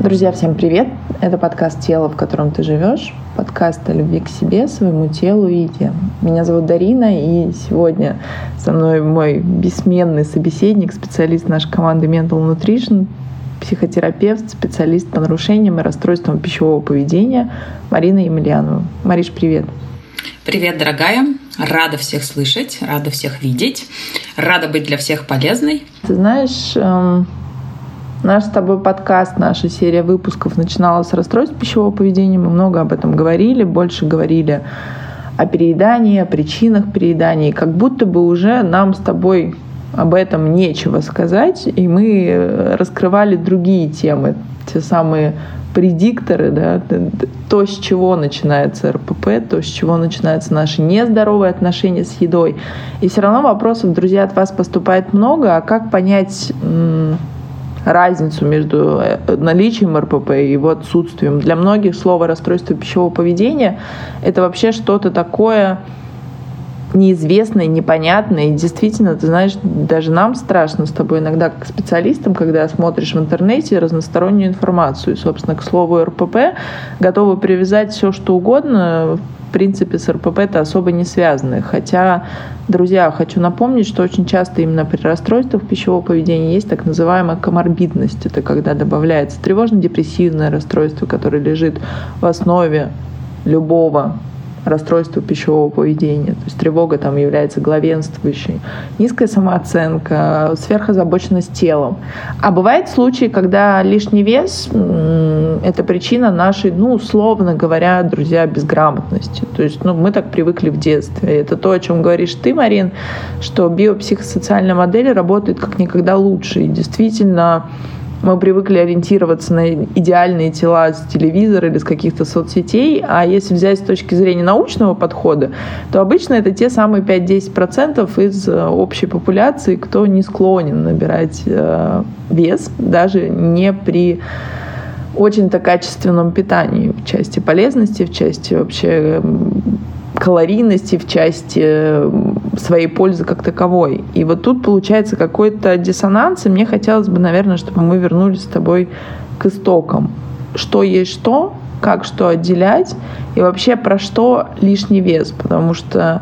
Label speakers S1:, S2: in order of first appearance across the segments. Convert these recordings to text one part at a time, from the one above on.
S1: Друзья, всем привет! Это подкаст «Тело, в котором ты живешь», подкаст о любви к себе, своему телу и еде. Меня зовут Дарина, и сегодня со мной мой бессменный собеседник, специалист нашей команды Mental Nutrition, психотерапевт, специалист по нарушениям и расстройствам пищевого поведения Марина Емельянова. Мариш, привет!
S2: Привет, дорогая! Рада всех слышать, рада всех видеть, рада быть для всех полезной.
S1: Ты знаешь, наш с тобой подкаст, наша серия выпусков начиналась с расстройств пищевого поведения. Мы много об этом говорили, больше говорили о переедании, о причинах переедания. И как будто бы уже нам с тобой об этом нечего сказать, и мы раскрывали другие темы, те самые предикторы, да, то, с чего начинается РПП, то, с чего начинаются наши нездоровые отношения с едой. И все равно вопросов, друзья, от вас поступает много, а как понять разницу между наличием РПП и его отсутствием. Для многих слово «расстройство пищевого поведения» — это вообще что-то такое неизвестное, непонятное. И действительно, ты знаешь, даже нам страшно с тобой иногда, как специалистам, когда смотришь в интернете разностороннюю информацию. И, собственно, к слову РПП готовы привязать все, что угодно, в принципе, с РПП-то особо не связаны. Хотя, друзья, хочу напомнить, что очень часто именно при расстройствах пищевого поведения есть так называемая коморбидность. Это когда добавляется тревожно-депрессивное расстройство, которое лежит в основе любого расстройства пищевого поведения. То есть тревога там является главенствующей. Низкая самооценка, сверхозабоченность телом. А бывают случаи, когда лишний вес — это причина нашей, условно говоря, друзья, безграмотности. То есть мы так привыкли в детстве. Это то, о чем говоришь ты, Марин, что биопсихосоциальная модель работает как никогда лучше. И действительно, мы привыкли ориентироваться на идеальные тела с телевизора или с каких-то соцсетей, а если взять с точки зрения научного подхода, то обычно это те самые 5-10% из общей популяции, кто не склонен набирать вес, даже не при очень-то качественном питании, в части полезности, в части вообще калорийности, в части своей пользы как таковой. И вот тут получается какой-то диссонанс, и мне хотелось бы, наверное, чтобы мы вернулись с тобой к истокам. Что есть что, как что отделять, и вообще про что лишний вес, потому что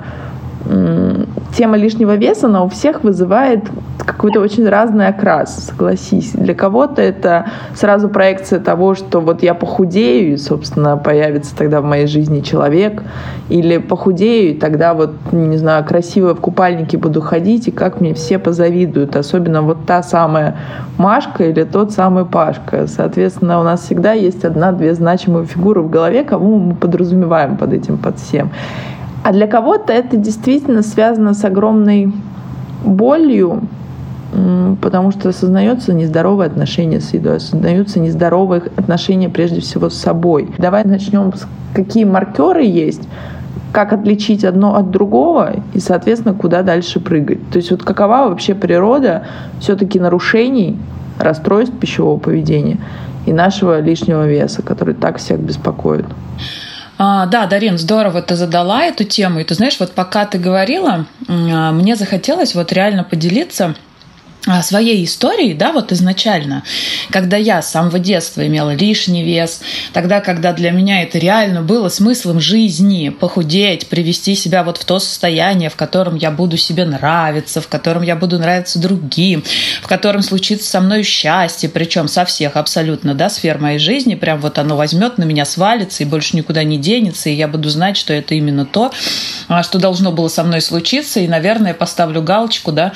S1: тема лишнего веса, она у всех вызывает какой-то очень разный окрас, согласись. Для кого-то это сразу проекция того, что вот я похудею, и, собственно, появится тогда в моей жизни человек, или похудею, и тогда вот, не знаю, красиво в купальнике буду ходить, и как мне все позавидуют, особенно вот та самая Машка или тот самый Пашка. Соответственно, у нас всегда есть одна-две значимые фигуры в голове, кого мы подразумеваем под этим, под всем. А для кого-то это действительно связано с огромной болью, потому что осознается нездоровые отношения с едой, осознаются нездоровые отношения прежде всего с собой. Давай начнем с какие маркеры есть, как отличить одно от другого и, соответственно, куда дальше прыгать. То есть вот какова вообще природа все-таки нарушений, расстройств пищевого поведения и нашего лишнего веса, который так всех беспокоит.
S2: Да, Дарин, здорово ты задала эту тему. И ты знаешь, вот пока ты говорила, мне захотелось вот реально поделиться своей историей, да, вот изначально, когда я с самого детства имела лишний вес, тогда, когда для меня это реально было смыслом жизни, похудеть, привести себя вот в то состояние, в котором я буду себе нравиться, в котором я буду нравиться другим, в котором случится со мной счастье, причем со всех абсолютно, да, сфер моей жизни, прям вот оно возьмет на меня, свалится и больше никуда не денется, и я буду знать, что это именно то, что должно было со мной случиться, и, наверное, поставлю галочку, да,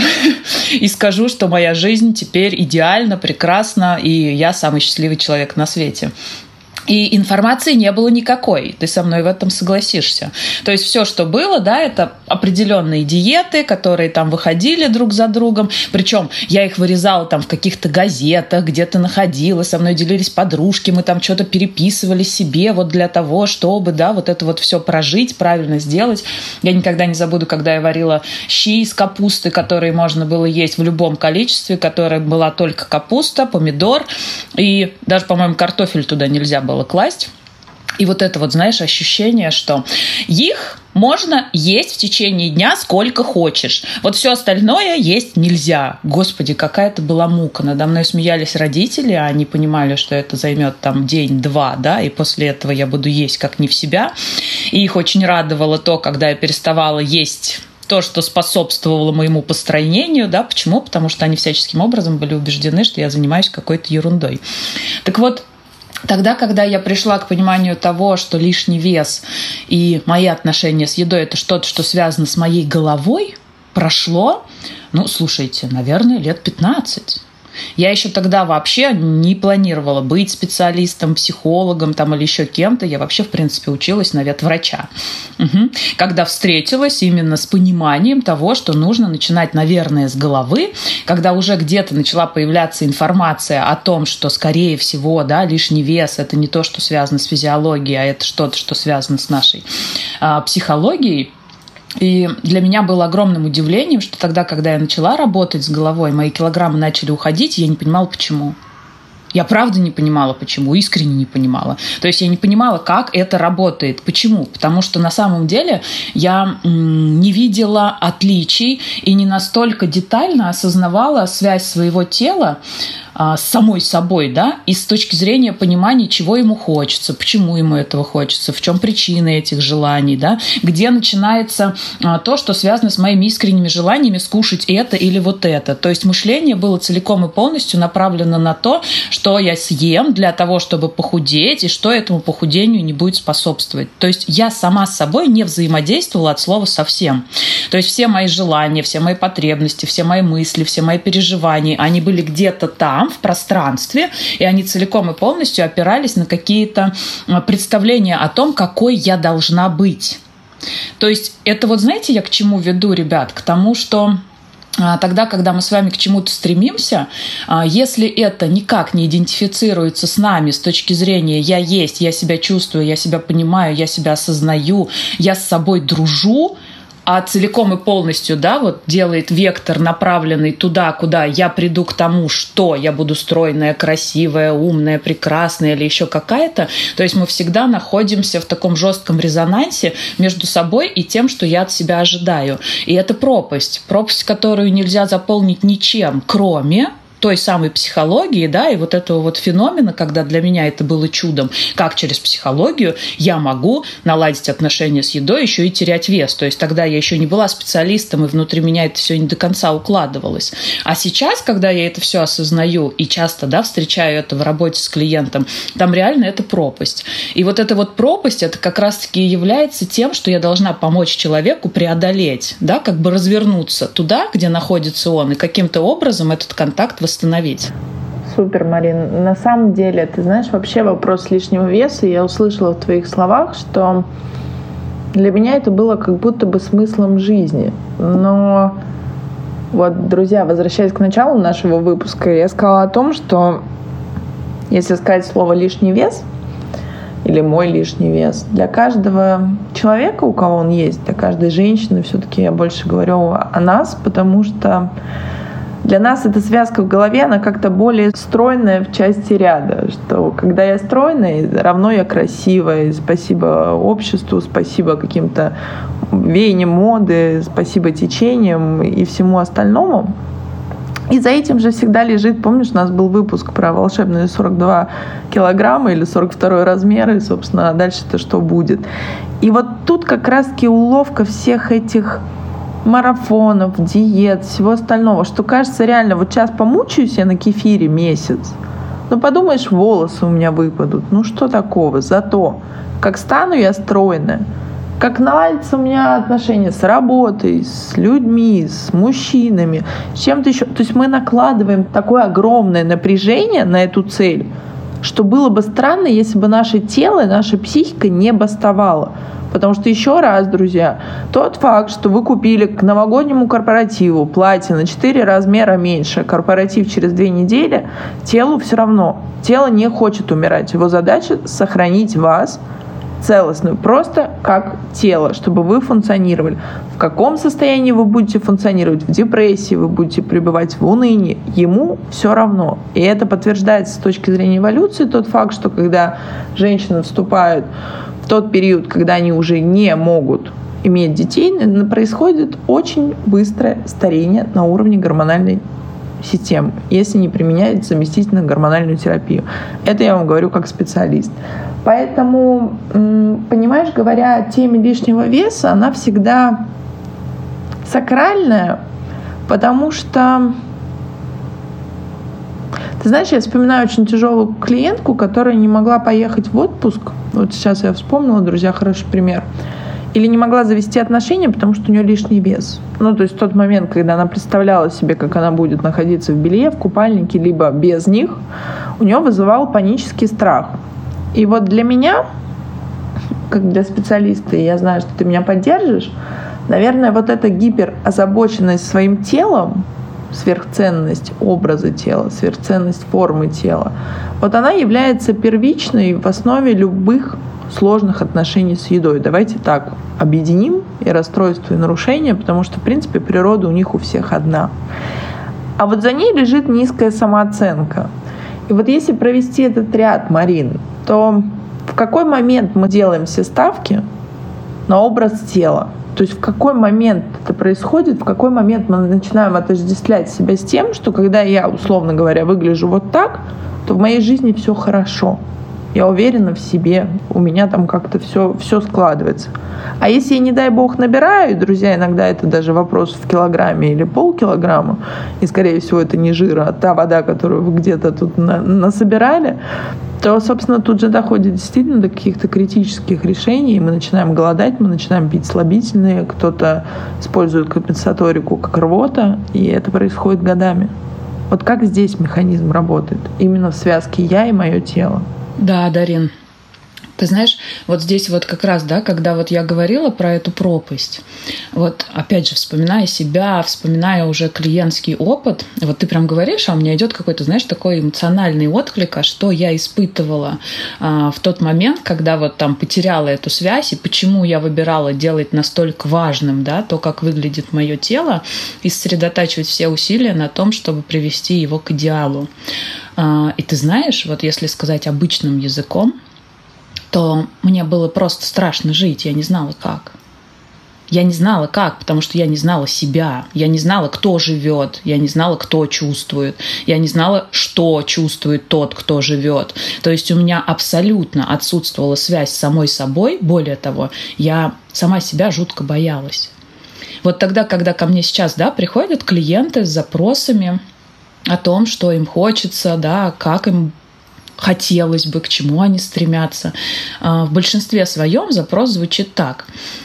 S2: и скажу, что моя жизнь теперь идеальна, прекрасна, и я самый счастливый человек на свете. И информации не было никакой, ты со мной в этом согласишься. То есть все, что было, да, это определенные диеты, которые там выходили друг за другом. Причем я их вырезала там в каких-то газетах, где-то находила, со мной делились подружки, мы там что-то переписывали себе вот для того, чтобы, да, вот это вот все прожить, правильно сделать. Я никогда не забуду, когда я варила щи из капусты, которые можно было есть в любом количестве, которая была только капуста, помидор, и даже, по-моему, картофель туда нельзя было класть. И вот это вот, знаешь, ощущение, что их можно есть в течение дня сколько хочешь. Вот все остальное есть нельзя. Господи, какая это была мука. Надо мной смеялись родители, а они понимали, что это займет там день-два, да, и после этого я буду есть как не в себя. И их очень радовало то, когда я переставала есть то, что способствовало моему постройнению, да, почему? Потому что они всяческим образом были убеждены, что я занимаюсь какой-то ерундой. Так вот, тогда, когда я пришла к пониманию того, что лишний вес и мои отношения с едой – это что-то, что связано с моей головой, прошло, слушайте, наверное, лет 15. Я еще тогда вообще не планировала быть специалистом, психологом там, или еще кем-то. Я вообще, в принципе, училась на ветврача. Когда встретилась именно с пониманием того, что нужно начинать, наверное, с головы, когда уже где-то начала появляться информация о том, что, скорее всего, да, лишний вес – это не то, что связано с физиологией, а это что-то, что связано с нашей психологией. И для меня было огромным удивлением, что тогда, когда я начала работать с головой, мои килограммы начали уходить, и я не понимала, почему. Я правда не понимала, почему, искренне не понимала. То есть я не понимала, как это работает. Почему? Потому что на самом деле я не видела отличий и не настолько детально осознавала связь своего тела с самой собой, да, и с точки зрения понимания, чего ему хочется, почему ему этого хочется, в чем причины этих желаний, да, где начинается то, что связано с моими искренними желаниями скушать это или вот это. То есть мышление было целиком и полностью направлено на то, что я съем для того, чтобы похудеть, и что этому похудению не будет способствовать. То есть я сама с собой не взаимодействовала от слова совсем. То есть все мои желания, все мои потребности, все мои мысли, все мои переживания, они были где-то там, в пространстве, и они целиком и полностью опирались на какие-то представления о том, какой я должна быть. То есть это вот, знаете, я к чему веду, ребят? К тому, что тогда, когда мы с вами к чему-то стремимся, если это никак не идентифицируется с нами с точки зрения «я есть», «я себя чувствую», «я себя понимаю», «я себя осознаю», «я с собой дружу», а целиком и полностью, да, вот делает вектор, направленный туда, куда я приду к тому, что я буду стройная, красивая, умная, прекрасная или еще какая-то. То есть мы всегда находимся в таком жестком резонансе между собой и тем, что я от себя ожидаю. И это пропасть, которую нельзя заполнить ничем, кроме той самой психологии, да, и вот этого вот феномена, когда для меня это было чудом, как через психологию я могу наладить отношения с едой, еще и терять вес. То есть тогда я еще не была специалистом, и внутри меня это все не до конца укладывалось. А сейчас, когда я это все осознаю и часто, да, встречаю это в работе с клиентом, там реально это пропасть. И вот эта вот пропасть, это как раз-таки является тем, что я должна помочь человеку преодолеть, да, как бы развернуться туда, где находится он, и каким-то образом этот контакт восстановить.
S1: Супер, Марин. На самом деле, ты знаешь, вообще вопрос лишнего веса, я услышала в твоих словах, что для меня это было как будто бы смыслом жизни. Но вот, друзья, возвращаясь к началу нашего выпуска, я сказала о том, что если сказать слово «лишний вес» или «мой лишний вес», для каждого человека, у кого он есть, для каждой женщины, все-таки я больше говорю о нас, потому что для нас эта связка в голове, она как-то более стройная в части ряда, что когда я стройная, равно я красивая, спасибо обществу, спасибо каким-то веяниям моды, спасибо течениям и всему остальному. И за этим же всегда лежит, помнишь, у нас был выпуск про волшебные 42 килограмма или 42 размер, и, собственно, дальше-то что будет. И вот тут как раз-таки уловка всех этих марафонов, диет, всего остального, что кажется реально, вот сейчас помучаюсь я на кефире месяц, ну подумаешь, волосы у меня выпадут, ну что такого, зато как стану я стройная, как наладятся у меня отношения с работой, с людьми, с мужчинами, с чем-то еще. То есть мы накладываем такое огромное напряжение на эту цель, что было бы странно, если бы наше тело, наша психика не бастовала. Потому что еще раз, друзья, тот факт, что вы купили к новогоднему корпоративу платье на 4 размера меньше, корпоратив через 2 недели, телу все равно. Тело не хочет умирать. Его задача сохранить вас целостную, просто как тело, чтобы вы функционировали. В каком состоянии вы будете функционировать, в депрессии вы будете пребывать, в унынии, ему все равно. И это подтверждается с точки зрения эволюции, тот факт, что когда женщины вступают в тот период, когда они уже не могут иметь детей, происходит очень быстрое старение на уровне гормональной системы, если не применять заместительно гормональную терапию. Это я вам говорю как специалист. Поэтому, понимаешь, говоря о теме лишнего веса, она всегда сакральная, потому что, ты знаешь, я вспоминаю очень тяжелую клиентку, которая не могла поехать в отпуск. Вот сейчас я вспомнила, друзья, хороший пример. Или не могла завести отношения, потому что у нее лишний вес. То есть в тот момент, когда она представляла себе, как она будет находиться в белье, в купальнике, либо без них, у нее вызывал панический страх. И вот для меня, как для специалиста, и я знаю, что ты меня поддержишь, наверное, вот эта гиперозабоченность своим телом, сверхценность образа тела, сверхценность формы тела, вот она является первичной в основе любых сложных отношений с едой. Давайте так объединим и расстройства, и нарушения, потому что, в принципе, природа у них у всех одна. А вот за ней лежит низкая самооценка. И вот если провести этот ряд, Марин, то в какой момент мы делаем все ставки на образ тела? То есть в какой момент это происходит, в какой момент мы начинаем отождествлять себя с тем, что когда я, условно говоря, выгляжу вот так, то в моей жизни все хорошо. Я уверена в себе, у меня там как-то все складывается. А если я, не дай бог, набираю, друзья, иногда это даже вопрос в килограмме или полкилограмма, и, скорее всего, это не жир, а та вода, которую вы где-то тут насобирали, то, собственно, тут же доходит действительно до каких-то критических решений, и мы начинаем голодать, мы начинаем пить слабительные, кто-то использует компенсаторику как рвота, и это происходит годами. Вот как здесь механизм работает? Именно в связке «я» и мое тело.
S2: Да, Дарин, ты знаешь, вот здесь вот как раз, да, когда вот я говорила про эту пропасть, вот опять же, вспоминая себя, вспоминая уже клиентский опыт, вот ты прям говоришь, а у меня идет какой-то, знаешь, такой эмоциональный отклик, а что я испытывала в тот момент, когда вот там потеряла эту связь, и почему я выбирала делать настолько важным, да, то, как выглядит мое тело, и сосредотачивать все усилия на том, чтобы привести его к идеалу. И ты знаешь, вот если сказать обычным языком, то мне было просто страшно жить, я не знала как. Я не знала как, потому что я не знала себя, я не знала, кто живет, я не знала, кто чувствует, я не знала, что чувствует тот, кто живет. То есть у меня абсолютно отсутствовала связь с самой собой, более того, я сама себя жутко боялась. Вот тогда, когда ко мне сейчас, да, приходят клиенты с запросами о том, что им хочется, да, как им хотелось бы, к чему они стремятся. В большинстве своем запрос звучит так.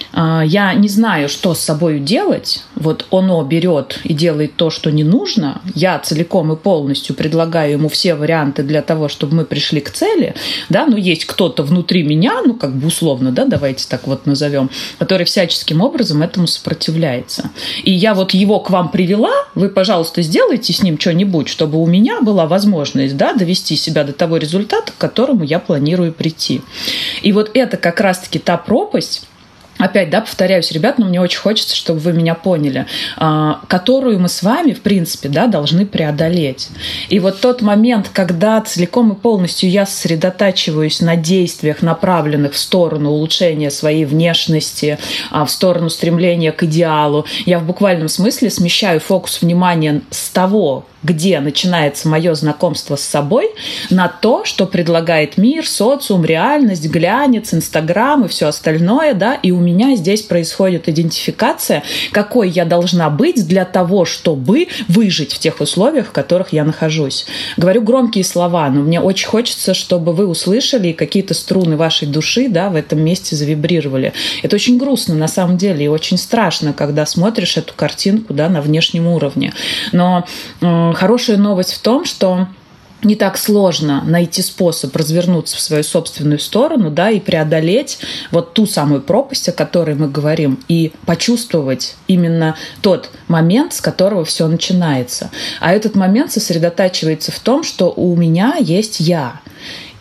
S2: Я не знаю, что с собой делать. Вот оно берет и делает то, что не нужно. Я целиком и полностью предлагаю ему все варианты для того, чтобы мы пришли к цели. Да? Но есть кто-то внутри меня, ну как бы условно, да, давайте так вот назовем, который всяческим образом этому сопротивляется. И я вот его к вам привела, вы, пожалуйста, сделайте с ним что-нибудь, чтобы у меня была возможность, да, довести себя до того результата, к которому я планирую прийти. И вот это как раз-таки та пропасть, опять, да, повторяюсь, ребят, но мне очень хочется, чтобы вы меня поняли, которую мы с вами, в принципе, да, должны преодолеть. И вот тот момент, когда целиком и полностью я сосредотачиваюсь на действиях, направленных в сторону улучшения своей внешности, в сторону стремления к идеалу, я в буквальном смысле смещаю фокус внимания с того, где начинается мое знакомство с собой, на то, что предлагает мир, социум, реальность, глянец, Инстаграм и все остальное, да, и у меня здесь происходит идентификация, какой я должна быть для того, чтобы выжить в тех условиях, в которых я нахожусь. Говорю громкие слова, но мне очень хочется, чтобы вы услышали и какие-то струны вашей души, да, в этом месте завибрировали. Это очень грустно на самом деле и очень страшно, когда смотришь эту картинку, да, на внешнем уровне. Но хорошая новость в том, что не так сложно найти способ развернуться в свою собственную сторону, да, и преодолеть вот ту самую пропасть, о которой мы говорим, и почувствовать именно тот момент, с которого все начинается. А этот момент сосредотачивается в том, что у меня есть я.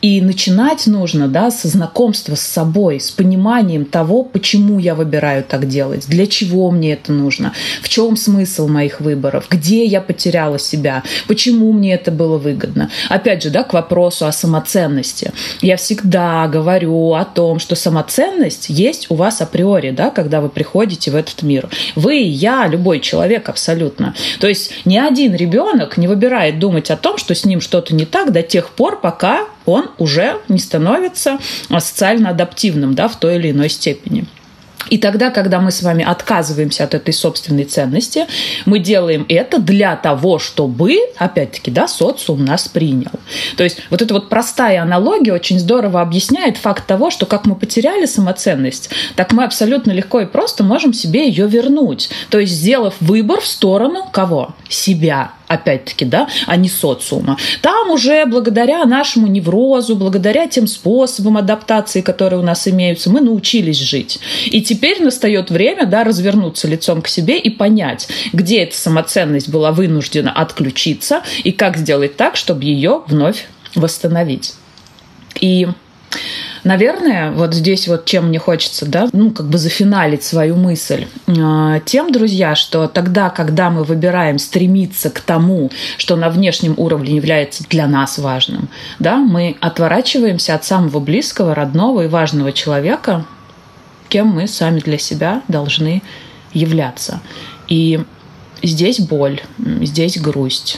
S2: И начинать нужно, да, со знакомства с собой, с пониманием того, почему я выбираю так делать, для чего мне это нужно, в чем смысл моих выборов, где я потеряла себя, почему мне это было выгодно. Опять же, да, к вопросу о самоценности. Я всегда говорю о том, что самоценность есть у вас априори, да, когда вы приходите в этот мир. Вы, я, любой человек абсолютно. То есть ни один ребенок не выбирает думать о том, что с ним что-то не так до тех пор, пока он уже не становится социально адаптивным, да, в той или иной степени. И тогда, когда мы с вами отказываемся от этой собственной ценности, мы делаем это для того, чтобы, опять-таки, да, социум нас принял. То есть вот эта вот простая аналогия очень здорово объясняет факт того, что как мы потеряли самоценность, так мы абсолютно легко и просто можем себе ее вернуть. То есть сделав выбор в сторону кого? Себя. Опять-таки, да, а не социума. Там уже благодаря нашему неврозу, благодаря тем способам адаптации, которые у нас имеются, мы научились жить. И теперь настает время, да, развернуться лицом к себе и понять, где эта самоценность была вынуждена отключиться и как сделать так, чтобы ее вновь восстановить. И наверное, вот здесь вот чем мне хочется, да, как бы зафиналить свою мысль. Тем, друзья, что тогда, когда мы выбираем стремиться к тому, что на внешнем уровне является для нас важным, да, мы отворачиваемся от самого близкого, родного и важного человека, кем мы сами для себя должны являться. И здесь боль, здесь грусть,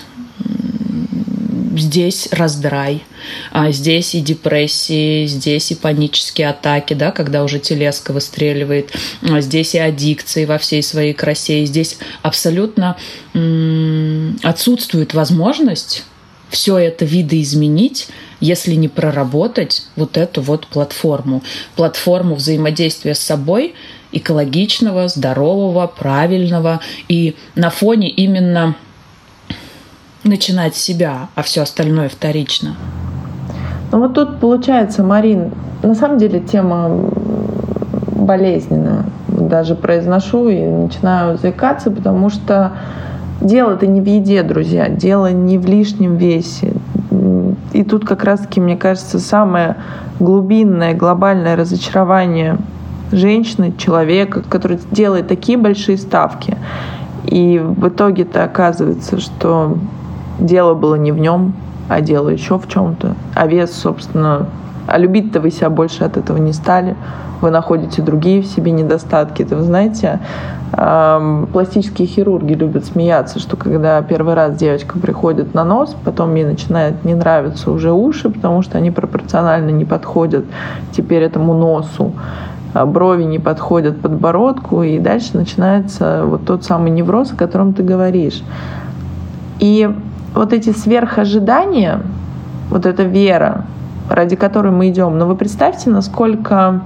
S2: здесь раздрай, здесь и депрессии, здесь и панические атаки, да, когда уже телеска выстреливает, здесь и аддикции во всей своей красе, и здесь абсолютно отсутствует возможность все это видоизменить, если не проработать вот эту вот платформу взаимодействия с собой, экологичного, здорового, правильного, и на фоне именно начинать с себя, а все остальное вторично.
S1: Ну вот тут получается, Марин, на самом деле тема болезненная. Даже произношу и начинаю заикаться, потому что дело-то не в еде, друзья, дело не в лишнем весе. И тут как раз-таки, мне кажется, самое глубинное, глобальное разочарование женщины, человека, который делает такие большие ставки. И в итоге-то оказывается, что дело было не в нем, а дело еще в чем-то. А вес, собственно, а любить-то вы себя больше от этого не стали. Вы находите другие в себе недостатки. Это, вы знаете, пластические хирурги любят смеяться, что когда первый раз девочка приходит на нос, потом ей начинает не нравиться уже уши, потому что они пропорционально не подходят теперь этому носу. Брови не подходят подбородку, и дальше начинается вот тот самый невроз, о котором ты говоришь. И вот эти сверхожидания, вот эта вера, ради которой мы идем, но вы представьте, насколько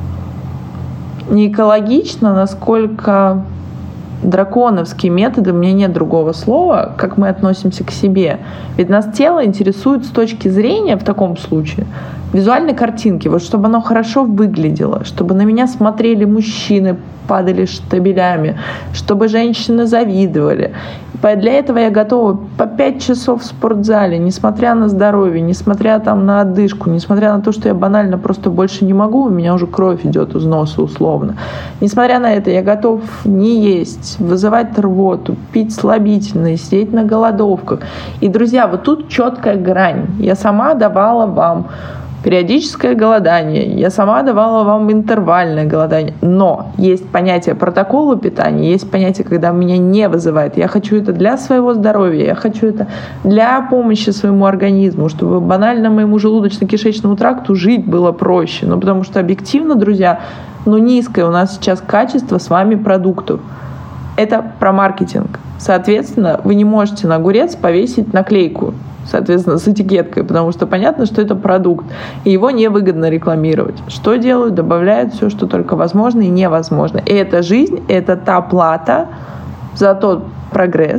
S1: не экологично, насколько драконовские методы, у меня нет другого слова, как мы относимся к себе. Ведь нас тело интересует с точки зрения, в таком случае, визуальной картинки, вот чтобы оно хорошо выглядело, чтобы на меня смотрели мужчины, падали штабелями, чтобы женщины завидовали. Для этого я готова по 5 часов в спортзале, несмотря на здоровье, несмотря на одышку, несмотря на то, что я банально просто больше не могу, у меня уже кровь идет из носа условно. Несмотря на это, я готов не есть, вызывать рвоту, пить слабительные, сидеть на голодовках. И, друзья, вот тут четкая грань. Я сама давала вам периодическое голодание, я сама давала вам интервальное голодание. Но есть понятие протокола питания, есть понятие, когда меня не вызывает. Я хочу это для своего здоровья, я хочу это для помощи своему организму, чтобы банально моему желудочно-кишечному тракту жить было проще. Ну, потому что объективно, друзья, низкое у нас сейчас качество с вами продуктов. Это про маркетинг. Соответственно, вы не можете на огурец повесить наклейку, соответственно, с этикеткой, потому что понятно, что это продукт, и его невыгодно рекламировать. Что делают? Добавляют все, что только возможно и невозможно. И эта жизнь, это та плата за тот прогресс,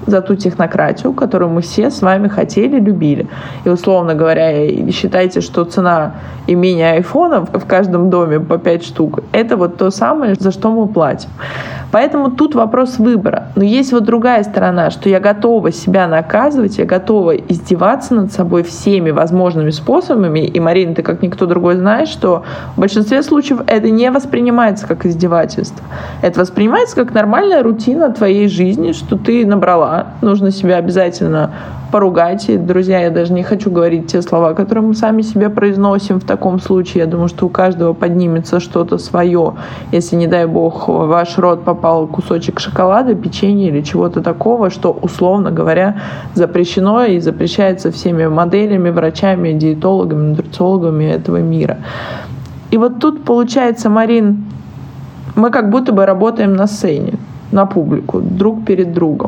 S1: за ту технократию, которую мы все с вами хотели, любили. И, условно говоря, считайте, что цена имения айфонов в каждом доме по 5 штук — это вот то самое, за что мы платим. Поэтому тут вопрос выбора. Но есть вот другая сторона, что я готова себя наказывать, я готова издеваться над собой всеми возможными способами. И, Марина, ты как никто другой знаешь, что в большинстве случаев это не воспринимается как издевательство. Это воспринимается как нормальная рутина твоей жизни, что ты набрала. Нужно себя обязательно поругать. И, друзья, я даже не хочу говорить те слова, которые мы сами себе произносим в таком случае. Я думаю, что у каждого поднимется что-то свое. Если, не дай бог, в ваш рот попал кусочек шоколада, печенья или чего-то такого, что, условно говоря, запрещено и запрещается всеми моделями, врачами, диетологами, нутрициологами этого мира. И вот тут получается, Марин, мы как будто бы работаем на сцене, на публику, друг перед другом.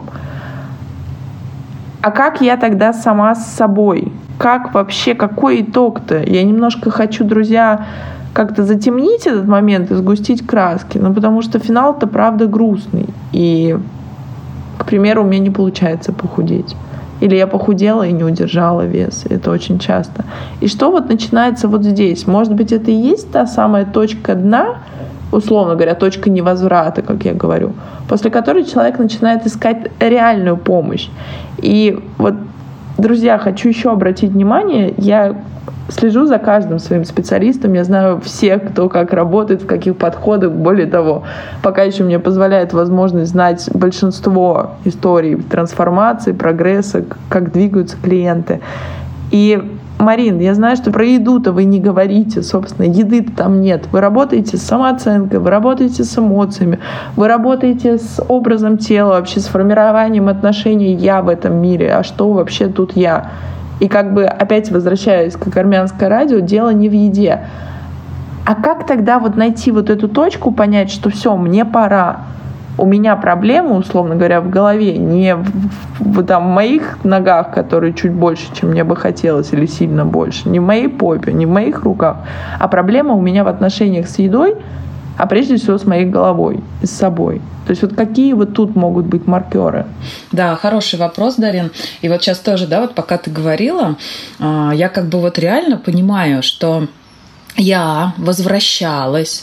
S1: А как я тогда сама с собой? Как вообще, какой итог-то? Я немножко хочу, друзья, как-то затемнить этот момент и сгустить краски, потому что финал-то, правда, грустный. И, к примеру, у меня не получается похудеть. Или я похудела и не удержала вес. Это очень часто. И что вот начинается вот здесь? Может быть, это и есть та самая точка дна, условно говоря, точка невозврата, как я говорю, после которой человек начинает искать реальную помощь. И вот, друзья, хочу еще обратить внимание, я слежу за каждым своим специалистом, я знаю всех, кто как работает, в каких подходах. Более того, пока еще мне позволяет возможность знать большинство историй трансформации, прогресса, как двигаются клиенты. И, Марин, я знаю, что про еду-то вы не говорите, собственно, еды-то там нет. Вы работаете с самооценкой, вы работаете с эмоциями, вы работаете с образом тела, вообще с формированием отношений «я» в этом мире. А что вообще тут «я»? И как бы опять возвращаясь к Армянское радио, дело не в еде. А как тогда вот найти вот эту точку, понять, что все, мне пора. У меня проблемы, условно говоря, в голове, не в там, моих ногах, которые чуть больше, чем мне бы хотелось, или сильно больше, не в моей попе, не в моих руках, а проблема у меня в отношениях с едой, а прежде всего с моей головой и с собой. То есть вот какие вот тут могут быть маркеры?
S2: Да, хороший вопрос, Дарин. И вот сейчас тоже, да, вот пока ты говорила, я как бы вот реально понимаю, что я возвращалась,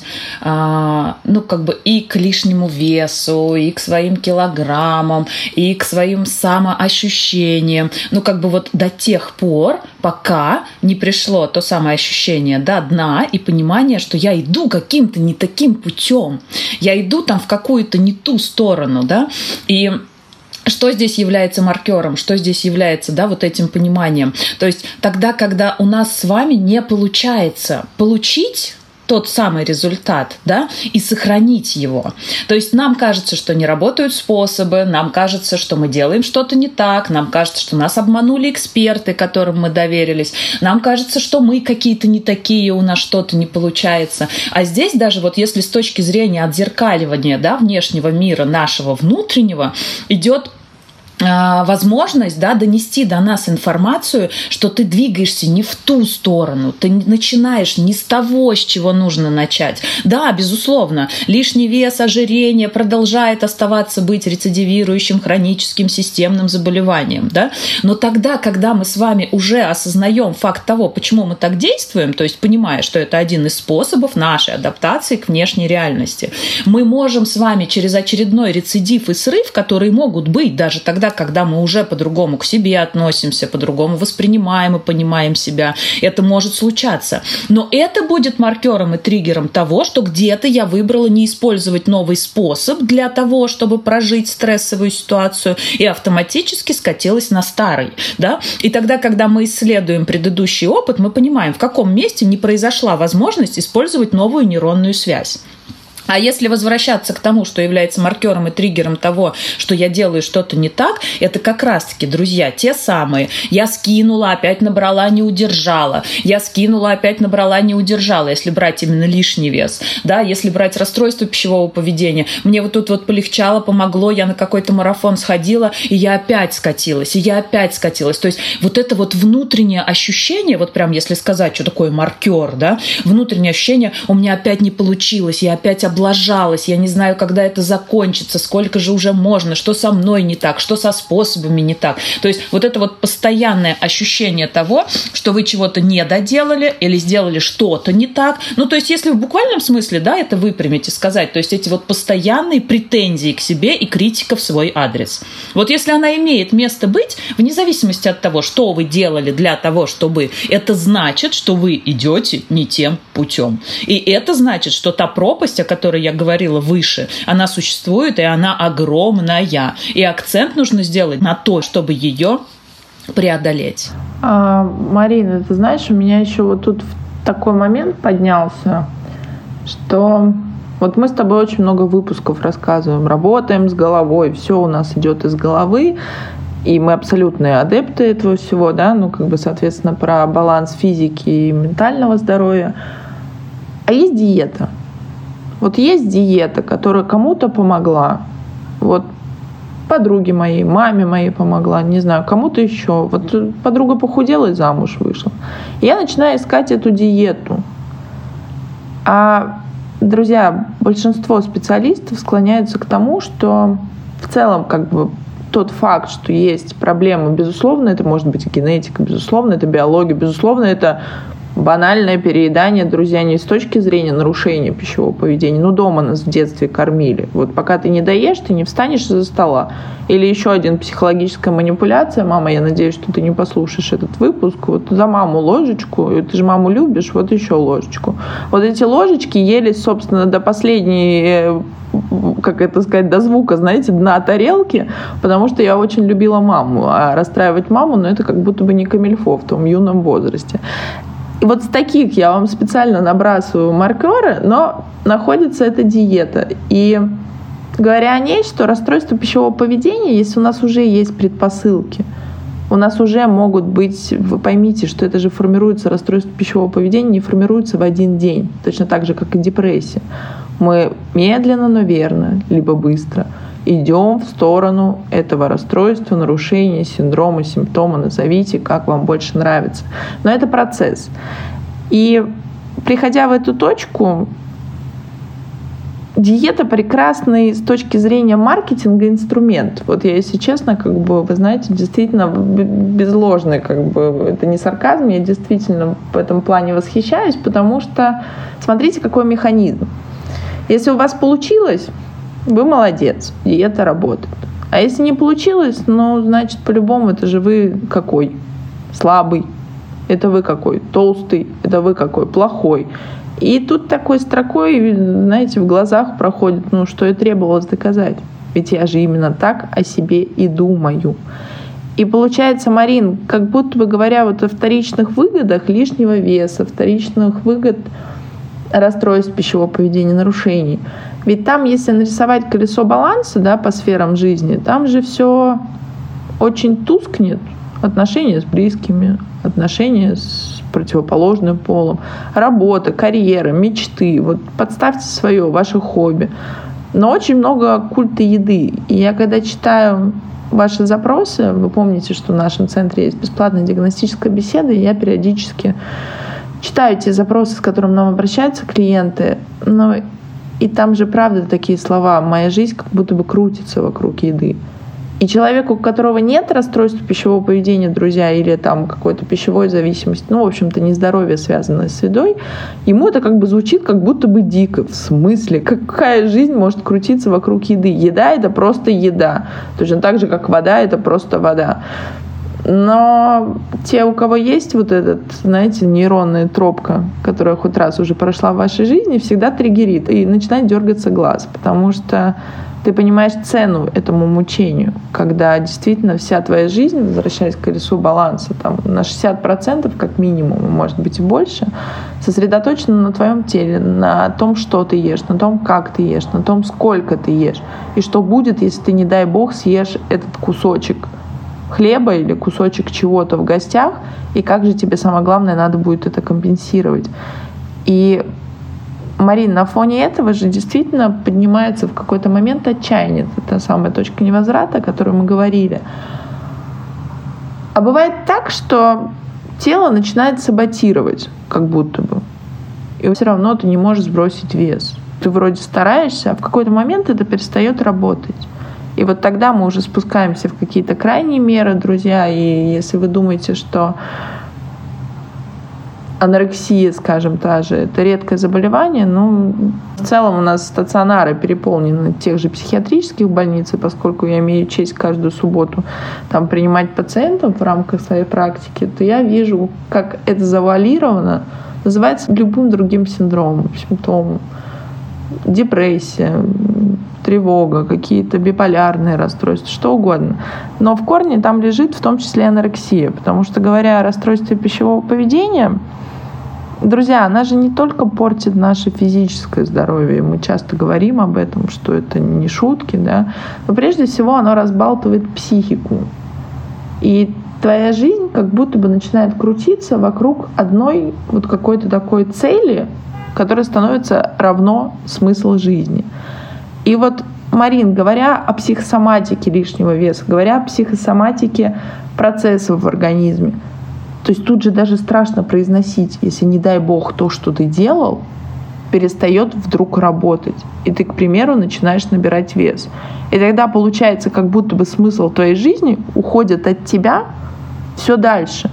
S2: как бы и к лишнему весу, и к своим килограммам, и к своим самоощущениям. Как бы вот до тех пор, пока не пришло то самое ощущение до дна и понимание, что я иду каким-то не таким путем. Я иду там в какую-то не ту сторону, да, и что здесь является маркером, что здесь является, да, вот этим пониманием. То есть тогда, когда у нас с вами не получается получить тот самый результат, да, и сохранить его. То есть нам кажется, что не работают способы, нам кажется, что мы делаем что-то не так, нам кажется, что нас обманули эксперты, которым мы доверились, нам кажется, что мы какие-то не такие, у нас что-то не получается. А здесь даже вот если с точки зрения отзеркаливания, да, внешнего мира, нашего внутреннего, идет возможность, да, донести до нас информацию, что ты двигаешься не в ту сторону, ты начинаешь не с того, с чего нужно начать. Да, безусловно, лишний вес, ожирение продолжает оставаться быть рецидивирующим хроническим системным заболеванием, да? Но тогда, когда мы с вами уже осознаем факт того, почему мы так действуем, то есть понимая, что это один из способов нашей адаптации к внешней реальности, мы можем с вами через очередной рецидив и срыв, которые могут быть даже тогда, когда мы уже по-другому к себе относимся, по-другому воспринимаем и понимаем себя. Это может случаться. Но это будет маркером и триггером того, что где-то я выбрала не использовать новый способ для того, чтобы прожить стрессовую ситуацию, и автоматически скатилась на старый. Да? И тогда, когда мы исследуем предыдущий опыт, мы понимаем, в каком месте не произошла возможность использовать новую нейронную связь. А если возвращаться к тому, что является маркером и триггером того, что я делаю что-то не так, это как раз-таки, друзья, те самые. Я скинула, опять набрала, не удержала. Я скинула, опять набрала, не удержала, если брать именно лишний вес. Да, если брать расстройство пищевого поведения. Мне вот тут вот полегчало, помогло, я на какой-то марафон сходила, и я опять скатилась, и я опять скатилась. То есть вот это вот внутреннее ощущение, вот прям если сказать, что такое маркер, да, внутреннее ощущение, у меня опять не получилось, я опять обломалась, облажалась, я не знаю, когда это закончится, сколько же уже можно, что со мной не так, что со способами не так. То есть вот это вот постоянное ощущение того, что вы чего-то не доделали или сделали что-то не так. Ну, то есть если в буквальном смысле, да, это выпрямить и сказать, то есть эти вот постоянные претензии к себе и критика в свой адрес. Вот если она имеет место быть, вне зависимости от того, что вы делали для того, чтобы, это значит, что вы идете не тем путем. И это значит, что та пропасть, о которой я говорила выше, она существует, и она огромная. И акцент нужно сделать на то, чтобы ее преодолеть.
S1: Марина, ты знаешь, у меня еще вот тут такой момент поднялся, что вот мы с тобой очень много выпусков рассказываем, работаем с головой, все у нас идет из головы, и мы абсолютные адепты этого всего, да, ну, как бы, соответственно, про баланс физики и ментального здоровья. А есть диета. Вот есть диета, которая кому-то помогла. Вот подруге моей, маме моей помогла, не знаю, кому-то еще. Вот подруга похудела и замуж вышла. И я начинаю искать эту диету. А, друзья, большинство специалистов склоняются к тому, что в целом, как бы, тот факт, что есть проблемы, безусловно, это может быть генетика, безусловно, это биология, безусловно, это банальное переедание, друзья, не с точки зрения нарушения пищевого поведения. Ну, дома нас в детстве кормили. Вот пока ты не доешь, ты не встанешь из-за стола. Или еще один психологическая манипуляция. Мама, я надеюсь, что ты не послушаешь этот выпуск. Вот за маму ложечку, ты же маму любишь, вот еще ложечку. Вот эти ложечки ели, собственно, до последней, как это сказать, до звука, знаете, дна тарелки, потому что я очень любила маму. А расстраивать маму, ну, это как будто бы не камильфо в том юном возрасте. И вот с таких я вам специально набрасываю маркеры, но находится эта диета. И говоря о ней, что расстройство пищевого поведения, если у нас уже есть предпосылки, у нас уже могут быть, вы поймите, что это же формируется, расстройство пищевого поведения не формируется в один день, точно так же, как и депрессия. Мы медленно, но верно, либо быстро идем в сторону этого расстройства, нарушения, синдрома, симптома, назовите, как вам больше нравится. Но это процесс. И приходя в эту точку, диета прекрасный с точки зрения маркетинга инструмент. Вот я, если честно, как бы, вы знаете, действительно безложный, как бы, это не сарказм, я действительно в этом плане восхищаюсь, потому что смотрите, какой механизм. Если у вас получилось, вы молодец, диета работает. А если не получилось, ну, значит, по-любому, это же вы какой? Слабый. Это вы какой? Толстый. Это вы какой? Плохой. И тут такой строкой, знаете, в глазах проходит, ну, что и требовалось доказать. Ведь я же именно так о себе и думаю. И получается, Марин, как будто бы говоря вот о вторичных выгодах лишнего веса, вторичных выгод расстройств пищевого поведения, нарушений. Ведь там, если нарисовать колесо баланса, да, по сферам жизни, там же все очень тускнет. Отношения с близкими, отношения с противоположным полом, работа, карьера, мечты. Вот подставьте свое, ваше хобби. Но очень много культа еды. И я когда читаю ваши запросы, вы помните, что в нашем центре есть бесплатная диагностическая беседа, и я периодически читаю те запросы, с которыми нам обращаются клиенты. Но и там же правда такие слова: «Моя жизнь как будто бы крутится вокруг еды». И человеку, у которого нет расстройства пищевого поведения, друзья, или там какой-то пищевой зависимости, ну, в общем-то, нездоровье, связанное с едой, ему это как бы звучит как будто бы дико. В смысле? Какая жизнь может крутиться вокруг еды? Еда — это просто еда. Точно так же, как вода — это просто вода. Но те, у кого есть вот этот, знаете, нейронная тропка, которая хоть раз уже прошла в вашей жизни, всегда триггерит и начинает дергаться глаз, потому что ты понимаешь цену этому мучению, когда действительно вся твоя жизнь, возвращаясь к колесу баланса, там, на 60% как минимум, может быть и больше, сосредоточена на твоем теле, на том, что ты ешь, на том, как ты ешь, на том, сколько ты ешь, и что будет, если ты, не дай бог, съешь этот кусочек хлеба или кусочек чего-то в гостях, и как же тебе, самое главное, надо будет это компенсировать. И, Марин, на фоне этого же действительно поднимается в какой-то момент отчаяние. Это та самая точка невозврата, о которой мы говорили. А бывает так, что тело начинает саботировать, как будто бы. И все равно ты не можешь сбросить вес. ты вроде стараешься, а в какой-то момент это перестает работать. И вот тогда мы уже спускаемся в какие-то крайние меры, друзья. И если вы думаете, что анорексия, скажем, та же, это редкое заболевание, в целом у нас стационары переполнены тех же психиатрических больниц, и поскольку я имею честь каждую субботу там принимать пациентов в рамках своей практики, то я вижу, как это завуалировано, называется любым другим синдромом, симптомом. Депрессия, тревога, какие-то биполярные расстройства, что угодно. Но в корне там лежит в том числе анорексия, потому что, говоря о расстройстве пищевого поведения, друзья, она же не только портит наше физическое здоровье, мы часто говорим об этом, что это не шутки, да, но прежде всего оно разбалтывает психику. И твоя жизнь как будто бы начинает крутиться вокруг одной вот какой-то такой цели, которая становится равно смыслу жизни. И вот, Марин, говоря о психосоматике лишнего веса, говоря о психосоматике процессов в организме, то есть тут же даже страшно произносить, если, не дай бог, то, что ты делал, перестает вдруг работать. И ты, к примеру, начинаешь набирать вес. И тогда получается, как будто бы смысл твоей жизни уходит от тебя все дальше.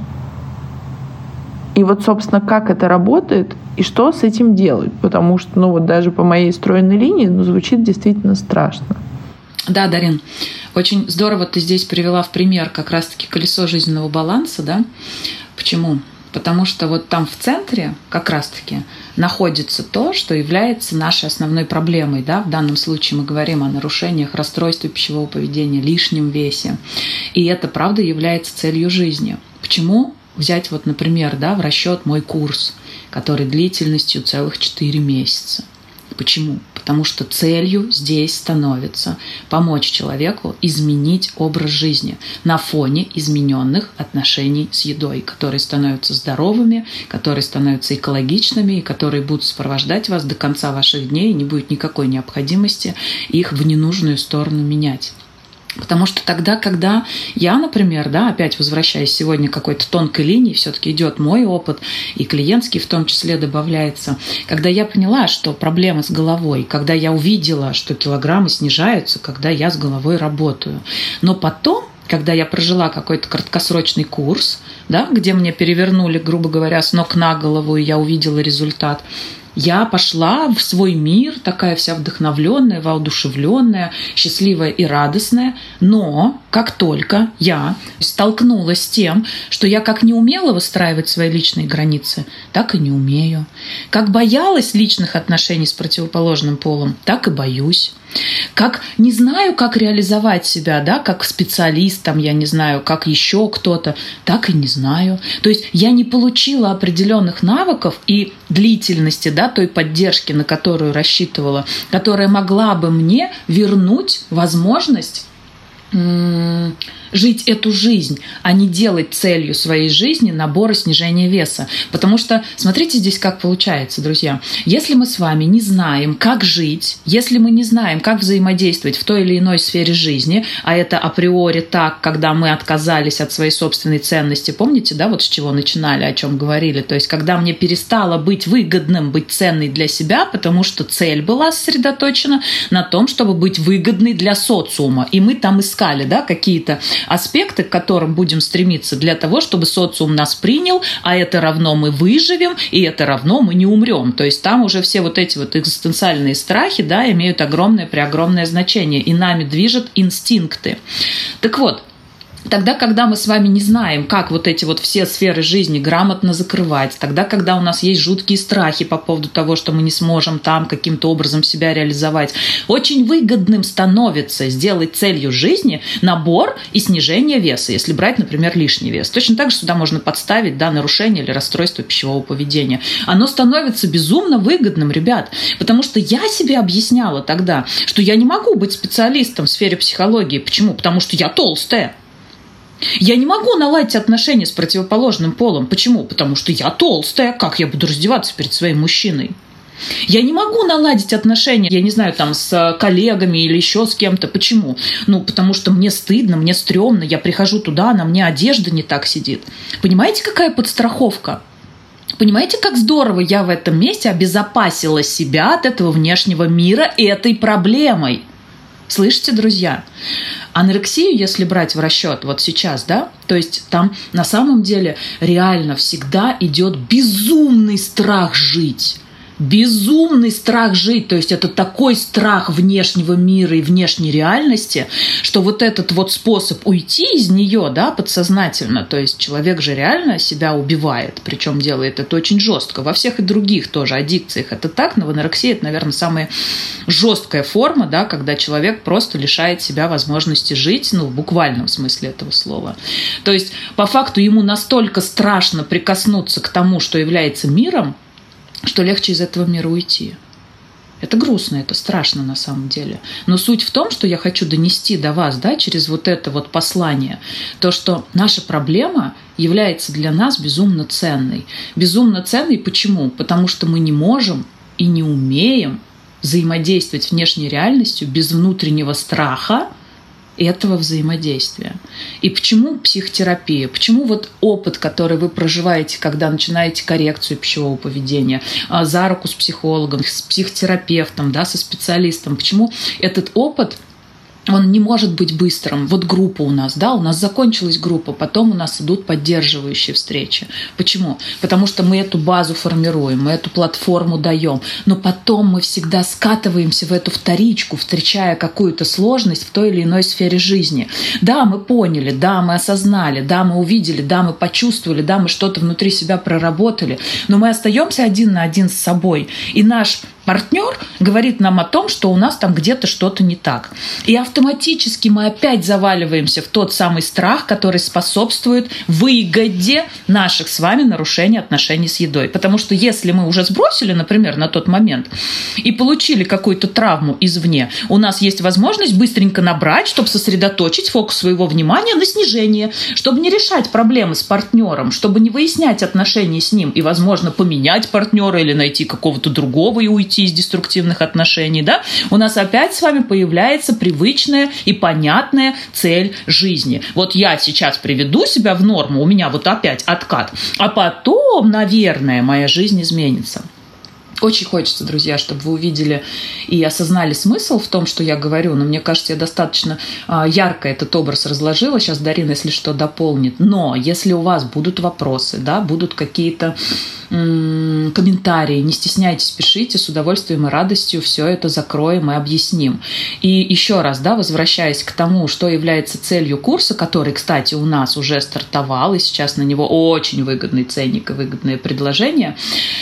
S1: И вот, собственно, как это работает и что с этим делать? Потому что, вот даже по моей стройной линии, звучит действительно страшно.
S2: Да, Дарин, очень здорово ты здесь привела в пример как раз-таки колесо жизненного баланса, да? Почему? Потому что вот там в центре как раз-таки находится то, что является нашей основной проблемой. Да? В данном случае мы говорим о нарушениях, расстройстве пищевого поведения, лишнем весе. И это, правда, является целью жизни. Почему? Взять вот, например, в расчет мой курс, который длительностью целых 4 месяца. Почему? Потому что целью здесь становится помочь человеку изменить образ жизни на фоне измененных отношений с едой, которые становятся здоровыми, которые становятся экологичными и которые будут сопровождать вас до конца ваших дней, и не будет никакой необходимости их в ненужную сторону менять. Потому что тогда, когда я, например, опять возвращаясь сегодня к какой-то тонкой линии, все-таки идет мой опыт, и клиентский в том числе добавляется, когда я поняла, что проблемы с головой, когда я увидела, что килограммы снижаются, когда я с головой работаю. Но потом, когда я прожила какой-то краткосрочный курс, где мне перевернули, грубо говоря, с ног на голову, и я увидела результат, я пошла в свой мир, такая вся вдохновленная, воодушевленная, счастливая и радостная. Но как только я столкнулась с тем, что я как не умела выстраивать свои личные границы, так и не умею. Как боялась личных отношений с противоположным полом, так и боюсь. Как не знаю, как реализовать себя, как специалист, я не знаю, как еще кто-то, так и не знаю. То есть я не получила определенных навыков и длительности, той поддержки, на которую рассчитывала, которая могла бы мне вернуть возможность жить эту жизнь, а не делать целью своей жизни набор и снижение веса. Потому что, смотрите здесь, как получается, друзья. Если мы с вами не знаем, как жить, если мы не знаем, как взаимодействовать в той или иной сфере жизни, а это априори так, когда мы отказались от своей собственной ценности, помните, вот с чего начинали, о чем говорили, то есть когда мне перестало быть выгодным быть ценной для себя, потому что цель была сосредоточена на том, чтобы быть выгодной для социума, и мы там искали, какие-то аспекты, к которым будем стремиться для того, чтобы социум нас принял, а это равно мы выживем, и это равно мы не умрем. То есть там уже все вот эти вот экзистенциальные страхи, имеют огромное значение, и нами движут инстинкты. Так вот, тогда, когда мы с вами не знаем, как вот эти вот все сферы жизни грамотно закрывать, тогда, когда у нас есть жуткие страхи по поводу того, что мы не сможем там каким-то образом себя реализовать, очень выгодным становится сделать целью жизни набор и снижение веса, если брать, например, лишний вес. Точно так же сюда можно подставить нарушение или расстройство пищевого поведения. Оно становится безумно выгодным, ребят, потому что я себе объясняла тогда, что я не могу быть специалистом в сфере психологии. Почему? Потому что я толстая. Я не могу наладить отношения с противоположным полом. Почему? Потому что я толстая. Как я буду раздеваться перед своим мужчиной? Я не могу наладить отношения, я не знаю, с коллегами или еще с кем-то. Почему? Потому что мне стыдно, мне стрёмно. Я прихожу туда, на мне одежда не так сидит. Понимаете, какая подстраховка? Понимаете, как здорово я в этом месте обезопасила себя от этого внешнего мира этой проблемой. Слышите, друзья? Анорексию, если брать в расчет вот сейчас, да, то есть там на самом деле реально всегда идет безумный страх жить. Безумный страх жить, то есть это такой страх внешнего мира и внешней реальности, что вот этот вот способ уйти из нее, да, подсознательно, то есть человек же реально себя убивает, причем делает это очень жестко. Во всех и других тоже аддикциях это так, но в анорексии это, наверное, самая жесткая форма, да, когда человек просто лишает себя возможности жить, ну, в буквальном смысле этого слова. То есть по факту ему настолько страшно прикоснуться к тому, что является миром, что легче из этого мира уйти. Это грустно, это страшно на самом деле. Но суть в том, что я хочу донести до вас, да, через вот это вот послание, то, что наша проблема является для нас безумно ценной. Безумно ценной почему? Потому что мы не можем и не умеем взаимодействовать с внешней реальностью без внутреннего страха этого взаимодействия. И почему психотерапия? Почему вот опыт, который вы проживаете, когда начинаете коррекцию пищевого поведения, за руку с психологом, с психотерапевтом, да, со специалистом, почему этот опыт, он не может быть быстрым. Вот группа у нас закончилась группа, потом у нас идут поддерживающие встречи. Почему? Потому что мы эту базу формируем, мы эту платформу даем, но потом мы всегда скатываемся в эту вторичку, встречая какую-то сложность в той или иной сфере жизни. Да, мы поняли, да, мы осознали, да, мы увидели, да, мы почувствовали, да, мы что-то внутри себя проработали, но мы остаемся один на один с собой, и наш партнер говорит нам о том, что у нас там где-то что-то не так. И автоматически мы опять заваливаемся в тот самый страх, который способствует выгоде наших с вами нарушений отношений с едой. Потому что если мы уже сбросили, например, на тот момент и получили какую-то травму извне, у нас есть возможность быстренько набрать, чтобы сосредоточить фокус своего внимания на снижении, чтобы не решать проблемы с партнером, чтобы не выяснять отношения с ним и, возможно, поменять партнера или найти какого-то другого и уйти из деструктивных отношений, да, у нас опять с вами появляется привычная и понятная цель жизни. Вот я сейчас приведу себя в норму, у меня вот опять откат, а потом, наверное, моя жизнь изменится. Очень хочется, друзья, чтобы вы увидели и осознали смысл в том, что я говорю. Но мне кажется, я достаточно ярко этот образ разложила. Сейчас Дарина, если что, дополнит. Но если у вас будут вопросы, да, будут какие-то комментарии, не стесняйтесь, пишите, с удовольствием и радостью все это закроем и объясним. И еще раз, да, возвращаясь к тому, что является целью курса, который, кстати, у нас уже стартовал, и сейчас на него очень выгодный ценник и выгодное предложение,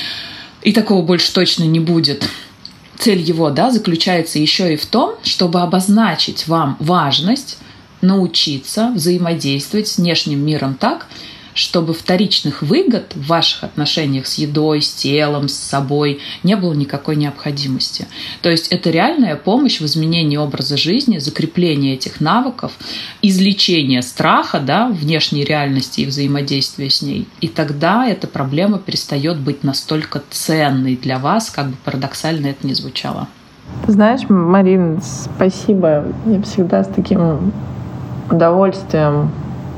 S2: и такого больше точно не будет. Цель его, да, заключается еще и в том, чтобы обозначить вам важность научиться взаимодействовать с внешним миром так, чтобы вторичных выгод в ваших отношениях с едой, с телом, с собой не было никакой необходимости. То есть это реальная помощь в изменении образа жизни, закрепление этих навыков, излечение страха, да, внешней реальности и взаимодействия с ней. И тогда эта проблема перестает быть настолько ценной для вас, как бы парадоксально это ни звучало.
S1: Ты знаешь, Марин, спасибо. Я всегда с таким удовольствием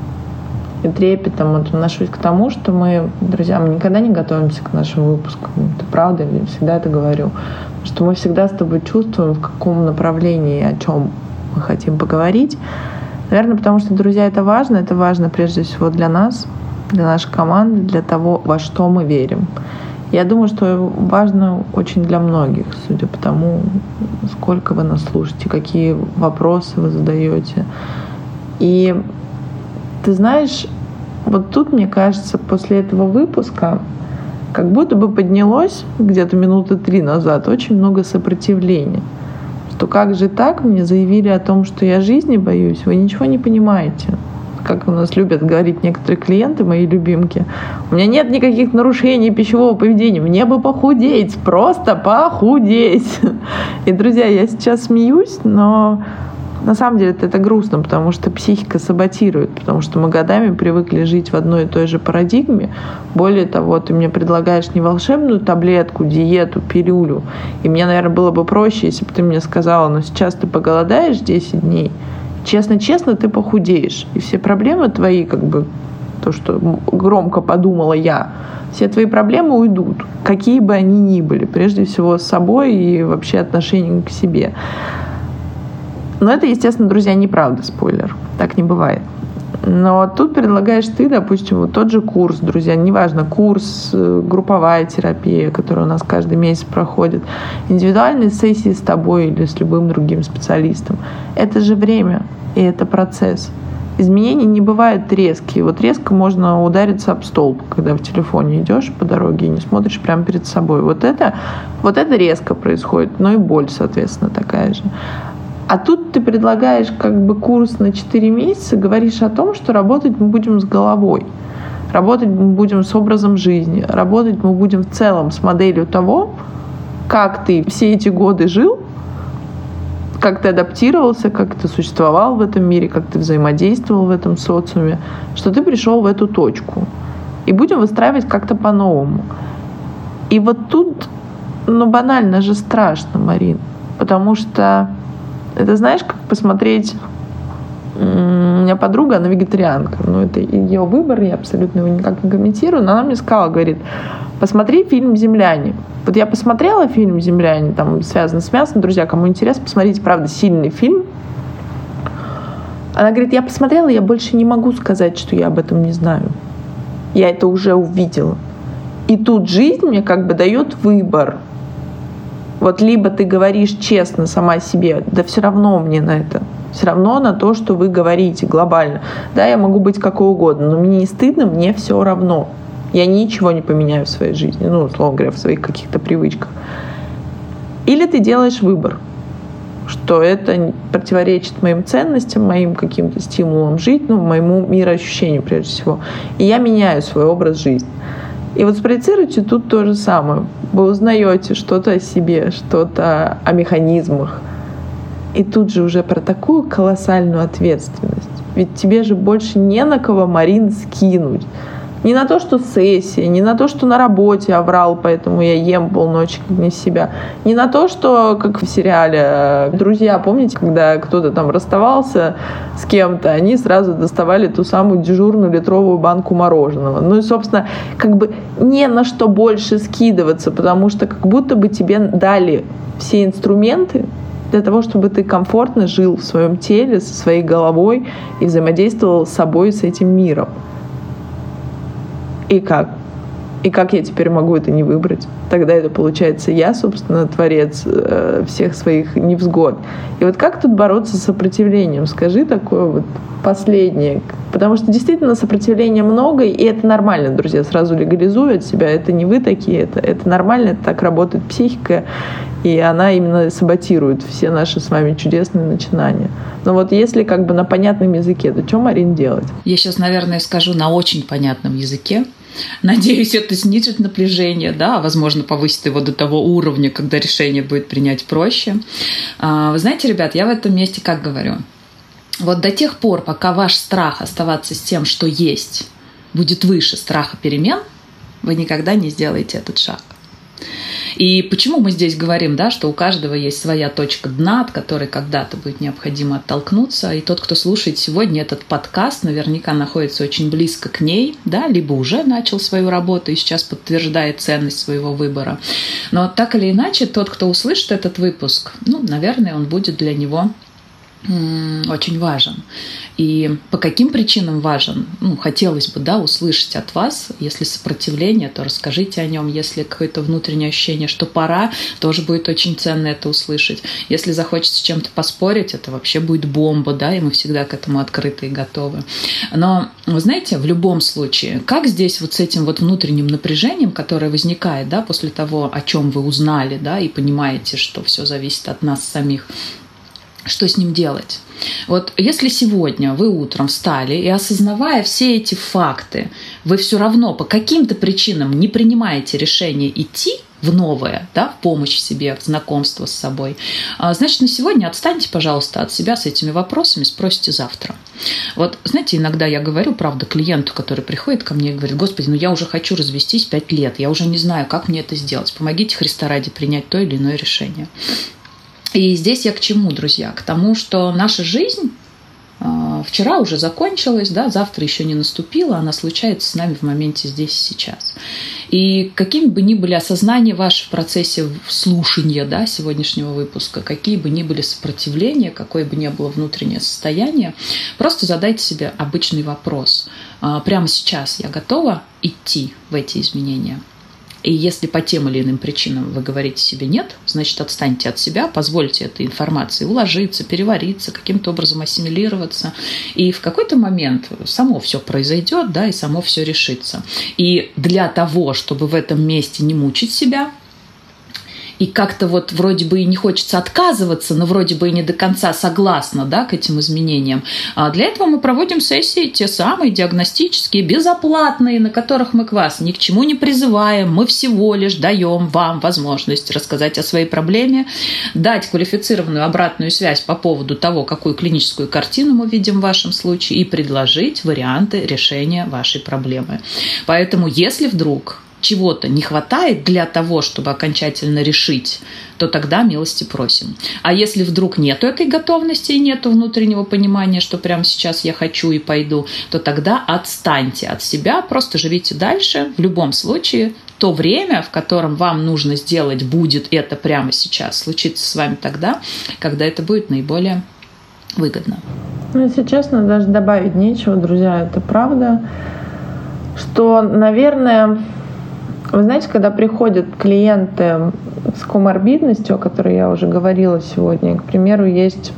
S1: и трепетом отношусь к тому, что мы, друзья, мы никогда не готовимся к нашим выпускам. Это правда, я всегда это говорю. Что мы всегда с тобой чувствуем, в каком направлении, о чем мы хотим поговорить. Наверное, потому что, друзья, это важно прежде всего для нас, для нашей команды, для того, во что мы верим. Я думаю, что важно очень для многих, судя по тому, сколько вы нас слушаете, какие вопросы вы задаете. И ты знаешь, вот тут, мне кажется, после этого выпуска как будто бы поднялось где-то минуты 3 назад очень много сопротивления. Что как же так? Мне заявили о том, что я жизни боюсь. Вы ничего не понимаете. Как у нас любят говорить некоторые клиенты, мои любимки. У меня нет никаких нарушений пищевого поведения. Мне бы похудеть, просто похудеть. И, друзья, я сейчас смеюсь, но на самом деле это грустно, потому что психика саботирует, потому что мы годами привыкли жить в одной и той же парадигме. Более того, ты мне предлагаешь не волшебную таблетку, диету, пилюлю. И мне, наверное, было бы проще, если бы ты мне сказала, но сейчас ты поголодаешь 10 дней, честно-честно ты похудеешь. И все проблемы твои как бы то, что громко подумала я, все твои проблемы уйдут, какие бы они ни были, прежде всего с собой и вообще отношением к себе. Но это, естественно, друзья, неправда, спойлер, так не бывает. Но тут предлагаешь ты, допустим, вот тот же курс, друзья, неважно, курс, групповая терапия, которая у нас каждый месяц проходит, индивидуальные сессии с тобой или с любым другим специалистом. Это же время, и это процесс. Изменения не бывают резкие. Вот резко можно удариться об столб, когда в телефоне идешь по дороге и не смотришь прямо перед собой. Вот это резко происходит, но и боль, соответственно, такая же. А тут ты предлагаешь как бы курс на 4 месяца, говоришь о том, что работать мы будем с головой, работать мы будем с образом жизни, работать мы будем в целом с моделью того, как ты все эти годы жил, как ты адаптировался, как ты существовал в этом мире, как ты взаимодействовал в этом социуме, что ты пришел в эту точку. И будем выстраивать как-то по-новому. И вот тут, банально же страшно, Марин, потому что это, знаешь, как посмотреть... У меня подруга, она вегетарианка. Это ее выбор, я абсолютно его никак не комментирую. Но она мне сказала, говорит, посмотри фильм «Земляне». Вот я посмотрела фильм «Земляне», там связано с мясом. Друзья, кому интересно, посмотрите, правда, сильный фильм. Она говорит, я посмотрела, я больше не могу сказать, что я об этом не знаю. Я это уже увидела. И тут жизнь мне как бы дает выбор. Вот либо ты говоришь честно сама себе, да все равно мне на это, все равно на то, что вы говорите глобально. Да, я могу быть какой угодно, но мне не стыдно, мне все равно. Я ничего не поменяю в своей жизни, условно говоря, в своих каких-то привычках. Или ты делаешь выбор, что это противоречит моим ценностям, моим каким-то стимулам жить, моему мироощущению прежде всего. И я меняю свой образ жизни. И вот спроецируйте тут то же самое. Вы узнаете что-то о себе, что-то о механизмах. И тут же уже про такую колоссальную ответственность. Ведь тебе же больше не на кого, Марин, скинуть. Не на то, что сессия, не на то, что на работе оврал, поэтому я ем полночи как не себя. Не на то, что, как в сериале «Друзья», помните, когда кто-то там расставался с кем-то, они сразу доставали ту самую дежурную литровую банку мороженого. И, собственно, как бы не на что больше скидываться, потому что как будто бы тебе дали все инструменты для того, чтобы ты комфортно жил в своем теле, со своей головой и взаимодействовал с собой, с этим миром. И как? И как я теперь могу это не выбрать? Тогда это получается я, собственно, творец всех своих невзгод. И вот как тут бороться с сопротивлением? Скажи такое вот последнее. Потому что действительно сопротивления много, и это нормально, друзья. Сразу легализую от себя. Это не вы такие, это нормально, это так работает психика. И она именно саботирует все наши с вами чудесные начинания. Но вот если как бы на понятном языке, то что, Марин, делать?
S2: Я сейчас, наверное, скажу на очень понятном языке. Надеюсь, это снизит напряжение, да, возможно, повысит его до того уровня, когда решение будет принять проще. Вы знаете, ребят, я в этом месте как говорю? Вот до тех пор, пока ваш страх оставаться с тем, что есть, будет выше страха перемен, вы никогда не сделаете этот шаг. И почему мы здесь говорим, да, что у каждого есть своя точка дна, от которой когда-то будет необходимо оттолкнуться. И тот, кто слушает сегодня этот подкаст, наверняка находится очень близко к ней, да, либо уже начал свою работу и сейчас подтверждает ценность своего выбора. Но так или иначе, тот, кто услышит этот выпуск, наверное, он будет для него очень важен. И по каким причинам важен? Хотелось бы, да, услышать от вас. Если сопротивление, то расскажите о нем. Если какое-то внутреннее ощущение, что пора, тоже будет очень ценно это услышать. Если захочется с чем-то поспорить, это вообще будет бомба, да, и мы всегда к этому открыты и готовы. Но, вы знаете, в любом случае, как здесь вот с этим вот внутренним напряжением, которое возникает, да, после того, о чем вы узнали, да, и понимаете, что все зависит от нас самих, что с ним делать? Вот если сегодня вы утром встали и, осознавая все эти факты, вы все равно по каким-то причинам не принимаете решение идти в новое, да, в помощь себе, в знакомство с собой, значит, на сегодня отстаньте, пожалуйста, от себя с этими вопросами, спросите завтра. Вот, знаете, иногда я говорю, правда, клиенту, который приходит ко мне и говорит: Господи, я уже хочу развестись 5 лет, я уже не знаю, как мне это сделать. Помогите, Христа ради, принять то или иное решение. И здесь я к чему, друзья? К тому, что наша жизнь вчера уже закончилась, да, завтра еще не наступила, она случается с нами в моменте здесь и сейчас. И какими бы ни были осознания ваши в процессе слушания, да, сегодняшнего выпуска, какие бы ни были сопротивления, какое бы ни было внутреннее состояние, просто задайте себе обычный вопрос. Прямо сейчас я готова идти в эти изменения? И если по тем или иным причинам вы говорите себе «нет», значит, отстаньте от себя, позвольте этой информации уложиться, перевариться, каким-то образом ассимилироваться. И в какой-то момент само все произойдет, да, и само все решится. И для того, чтобы в этом месте не мучить себя, и как-то вот вроде бы и не хочется отказываться, но вроде бы и не до конца согласна, да, к этим изменениям. А для этого мы проводим сессии, те самые диагностические, безоплатные, на которых мы к вас ни к чему не призываем. Мы всего лишь даем вам возможность рассказать о своей проблеме, дать квалифицированную обратную связь по поводу того, какую клиническую картину мы видим в вашем случае, и предложить варианты решения вашей проблемы. Поэтому, если вдруг чего-то не хватает для того, чтобы окончательно решить, то тогда милости просим. А если вдруг нету этой готовности и нету внутреннего понимания, что прямо сейчас я хочу и пойду, то тогда отстаньте от себя, просто живите дальше. В любом случае, то время, в котором вам нужно сделать, будет это прямо сейчас, случится с вами тогда, когда это будет наиболее выгодно.
S1: Ну, если честно, даже добавить нечего, друзья, это правда, что, наверное, вы знаете, когда приходят клиенты с коморбидностью, о которой я уже говорила сегодня, к примеру, есть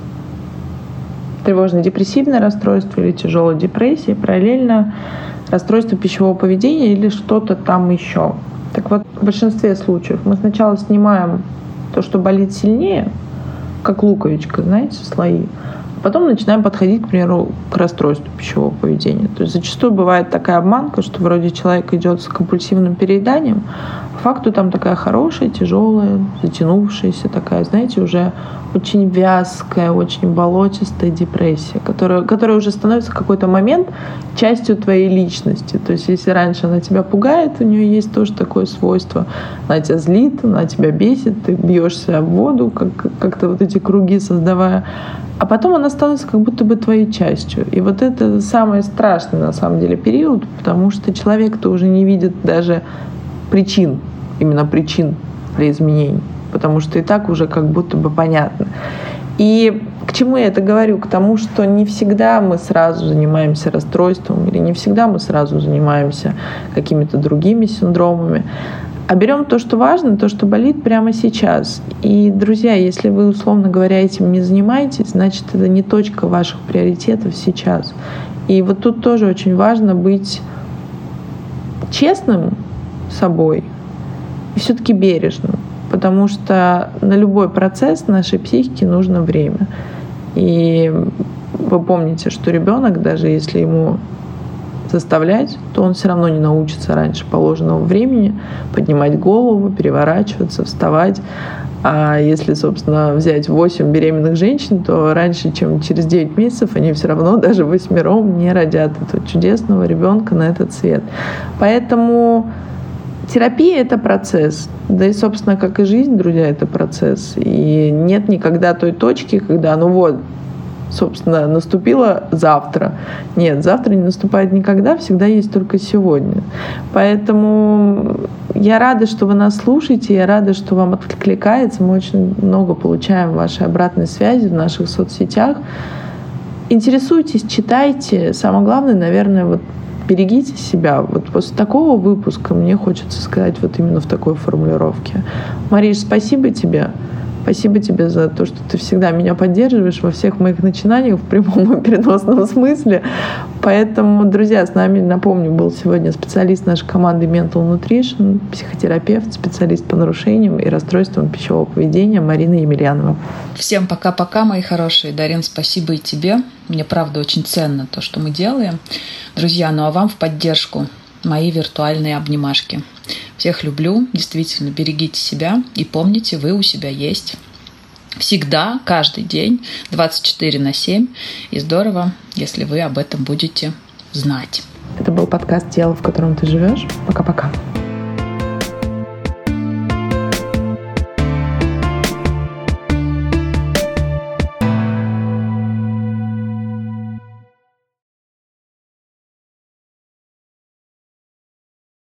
S1: тревожно-депрессивное расстройство или тяжелая депрессия, параллельно расстройство пищевого поведения или что-то там еще. Так вот, в большинстве случаев мы сначала снимаем то, что болит сильнее, как луковичка, знаете, слои, потом начинаем подходить, к примеру, к расстройству пищевого поведения. То есть зачастую бывает такая обманка, что вроде человек идет с компульсивным перееданием, по факту там такая хорошая, тяжелая, затянувшаяся такая, знаете, уже очень вязкая, очень болотистая депрессия, которая уже становится в какой-то момент частью твоей личности. То есть если раньше она тебя пугает, у нее есть тоже такое свойство. Она тебя злит, она тебя бесит, ты бьешься об воду, как-то вот эти круги создавая. А потом она становится как будто бы твоей частью. И вот это самый страшный на самом деле период, потому что человек-то уже не видит даже причин, именно причин для изменений, потому что и так уже как будто бы понятно. И к чему я это говорю? К тому, что не всегда мы сразу занимаемся расстройством или не всегда мы сразу занимаемся какими-то другими синдромами. А берем то, что важно, то, что болит прямо сейчас. И, друзья, если вы, условно говоря, этим не занимаетесь, значит, это не точка ваших приоритетов сейчас. И вот тут тоже очень важно быть честным с собой и все-таки бережным, потому что на любой процесс нашей психики нужно время. И вы помните, что ребенок, даже если ему заставлять, то он все равно не научится раньше положенного времени поднимать голову, переворачиваться, вставать. А если, собственно, взять 8 беременных женщин, то раньше, чем через 9 месяцев, они все равно даже 8 не родят этого чудесного ребенка на этот свет. Поэтому терапия — это процесс. Да и, собственно, как и жизнь, друзья, это процесс. И нет никогда той точки, когда, собственно, наступило завтра. Нет, завтра не наступает никогда, всегда есть только сегодня. Поэтому я рада, что вы нас слушаете, я рада, что вам откликается. Мы очень много получаем вашей обратной связи в наших соцсетях. Интересуйтесь, читайте. Самое главное, наверное, берегите себя. Вот после такого выпуска мне хочется сказать вот именно в такой формулировке. Мариш, спасибо тебе. Спасибо тебе за то, что ты всегда меня поддерживаешь во всех моих начинаниях в прямом и переносном смысле. Поэтому, друзья, с нами, напомню, был сегодня специалист нашей команды Mental Nutrition, психотерапевт, специалист по нарушениям и расстройствам пищевого поведения Марина Емельянова.
S2: Всем пока-пока, мои хорошие. Дарин, спасибо и тебе. Мне, правда, очень ценно то, что мы делаем. Друзья, а вам в поддержку мои виртуальные обнимашки. Всех люблю, действительно, берегите себя и помните, вы у себя есть всегда, каждый день, 24/7. И здорово, если вы об этом будете знать.
S1: Это был подкаст «Тело, в котором ты живешь». Пока-пока.